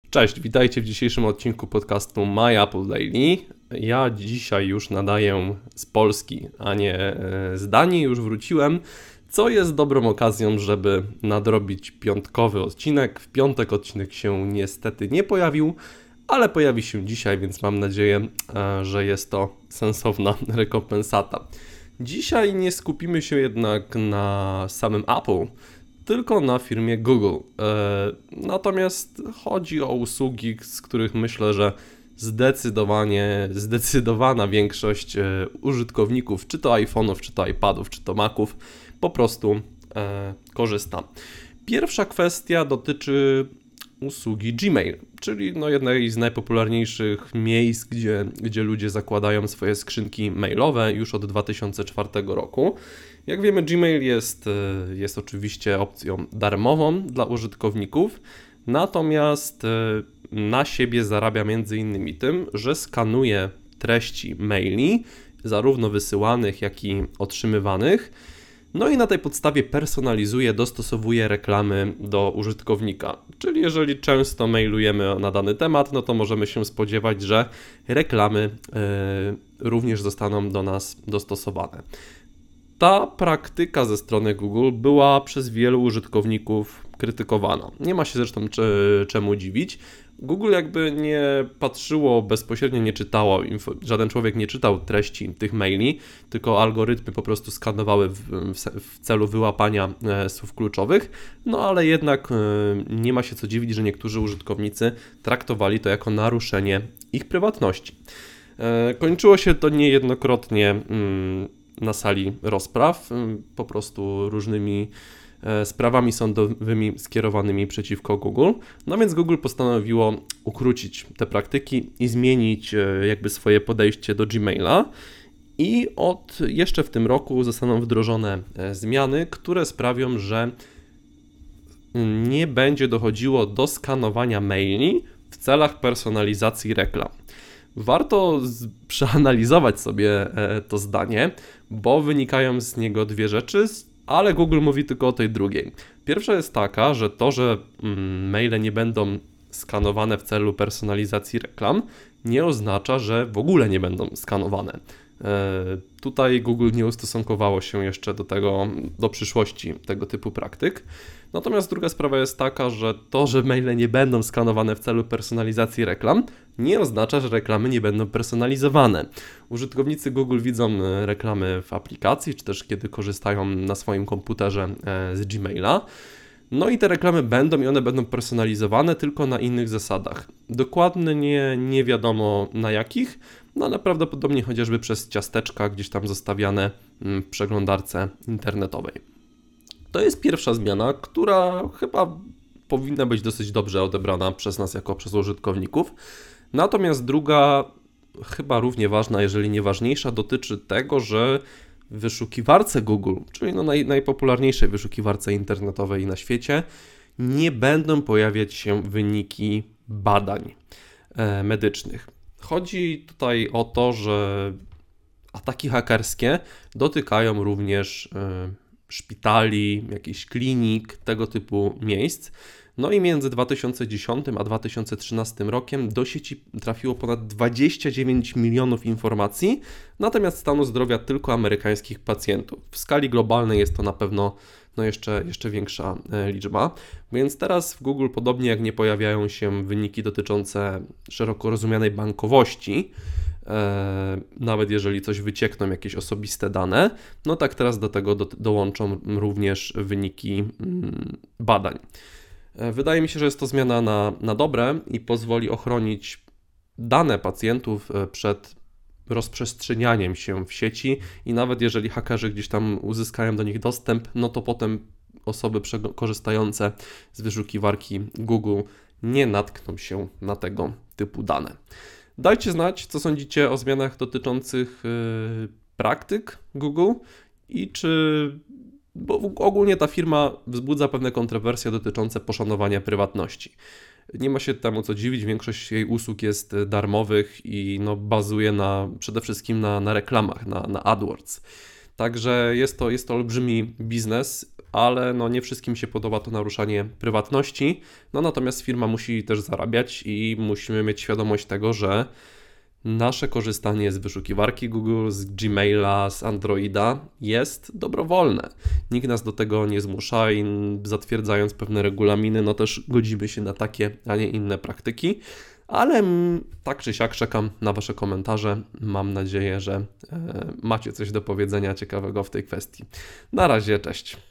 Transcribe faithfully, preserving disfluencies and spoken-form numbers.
Cześć, witajcie w dzisiejszym odcinku podcastu My Apple Daily. Ja dzisiaj już nadaję z Polski, a nie z Danii, już wróciłem, co jest dobrą okazją, żeby nadrobić piątkowy odcinek. W piątek odcinek się niestety nie pojawił, ale pojawi się dzisiaj, więc mam nadzieję, że jest to sensowna rekompensata. Dzisiaj nie skupimy się jednak na samym Apple, tylko na firmie Google. Natomiast chodzi o usługi, z których myślę, że zdecydowanie, zdecydowana większość użytkowników, czy to iPhone'ów, czy to iPadów, czy to Maców, po prostu korzysta. Pierwsza kwestia dotyczy usługi Gmail, czyli no jednej z najpopularniejszych miejsc, gdzie, gdzie ludzie zakładają swoje skrzynki mailowe już od dwa tysiące czwartego roku. Jak wiemy, Gmail jest, jest oczywiście opcją darmową dla użytkowników, natomiast na siebie zarabia między innymi tym, że skanuje treści maili, zarówno wysyłanych, jak i otrzymywanych, no i na tej podstawie personalizuje, dostosowuje reklamy do użytkownika. Czyli jeżeli często mailujemy na dany temat, no to możemy się spodziewać, że reklamy yy, również zostaną do nas dostosowane. Ta praktyka ze strony Google była przez wielu użytkowników krytykowana. Nie ma się zresztą czemu dziwić. Google jakby nie patrzyło bezpośrednio, nie czytało, żaden człowiek nie czytał treści tych maili, tylko algorytmy po prostu skanowały w, w celu wyłapania e, słów kluczowych, no ale jednak e, nie ma się co dziwić, że niektórzy użytkownicy traktowali to jako naruszenie ich prywatności. E, kończyło się to niejednokrotnie mm, na sali rozpraw, po prostu różnymi sprawami sądowymi skierowanymi przeciwko Google. No więc Google postanowiło ukrócić te praktyki i zmienić jakby swoje podejście do Gmaila. I od jeszcze w tym roku zostaną wdrożone zmiany, które sprawią, że nie będzie dochodziło do skanowania maili w celach personalizacji reklam. Warto z- przeanalizować sobie to zdanie, bo wynikają z niego dwie rzeczy, ale Google mówi tylko o tej drugiej. Pierwsza jest taka, że to, że mm, maile nie będą skanowane w celu personalizacji reklam, nie oznacza, że w ogóle nie będą skanowane. E, tutaj Google nie ustosunkowało się jeszcze do tego, do przyszłości tego typu praktyk. Natomiast druga sprawa jest taka, że to, że maile nie będą skanowane w celu personalizacji reklam, nie oznacza, że reklamy nie będą personalizowane. Użytkownicy Google widzą reklamy w aplikacji, czy też kiedy korzystają na swoim komputerze z Gmaila. No i te reklamy będą i one będą personalizowane tylko na innych zasadach. Dokładnie nie, nie wiadomo na jakich, no ale prawdopodobnie chociażby przez ciasteczka gdzieś tam zostawiane w przeglądarce internetowej. To jest pierwsza zmiana, która chyba powinna być dosyć dobrze odebrana przez nas jako przez użytkowników. Natomiast druga, chyba równie ważna, jeżeli nie ważniejsza, dotyczy tego, że w wyszukiwarce Google, czyli no naj, najpopularniejszej wyszukiwarce internetowej na świecie, nie będą pojawiać się wyniki badań e, medycznych. Chodzi tutaj o to, że ataki hakerskie dotykają również e, szpitali, jakichś klinik, tego typu miejsc. No i między dwa tysiące dziesiątym a dwa tysiące trzynastym rokiem do sieci trafiło ponad dwadzieścia dziewięć milionów informacji na temat stanu zdrowia tylko amerykańskich pacjentów. W skali globalnej jest to na pewno no jeszcze, jeszcze większa liczba. Więc teraz w Google, podobnie jak nie pojawiają się wyniki dotyczące szeroko rozumianej bankowości, e, nawet jeżeli coś wyciekną, jakieś osobiste dane, no tak teraz do tego do, dołączą również wyniki mm, badań. Wydaje mi się, że jest to zmiana na, na dobre i pozwoli ochronić dane pacjentów przed rozprzestrzenianiem się w sieci i nawet jeżeli hakerzy gdzieś tam uzyskają do nich dostęp, no to potem osoby korzystające z wyszukiwarki Google nie natkną się na tego typu dane. Dajcie znać, co sądzicie o zmianach dotyczących yy, praktyk Google i czy bo ogólnie ta firma wzbudza pewne kontrowersje dotyczące poszanowania prywatności. Nie ma się temu co dziwić, większość jej usług jest darmowych i no bazuje na, przede wszystkim na, na reklamach, na, na AdWords. Także jest to, jest to olbrzymi biznes, ale no nie wszystkim się podoba to naruszanie prywatności. No natomiast firma musi też zarabiać i musimy mieć świadomość tego, że nasze korzystanie z wyszukiwarki Google, z Gmaila, z Androida jest dobrowolne. Nikt nas do tego nie zmusza i zatwierdzając pewne regulaminy, no też godzimy się na takie, a nie inne praktyki. Ale tak czy siak czekam na Wasze komentarze. Mam nadzieję, że macie coś do powiedzenia ciekawego w tej kwestii. Na razie, cześć.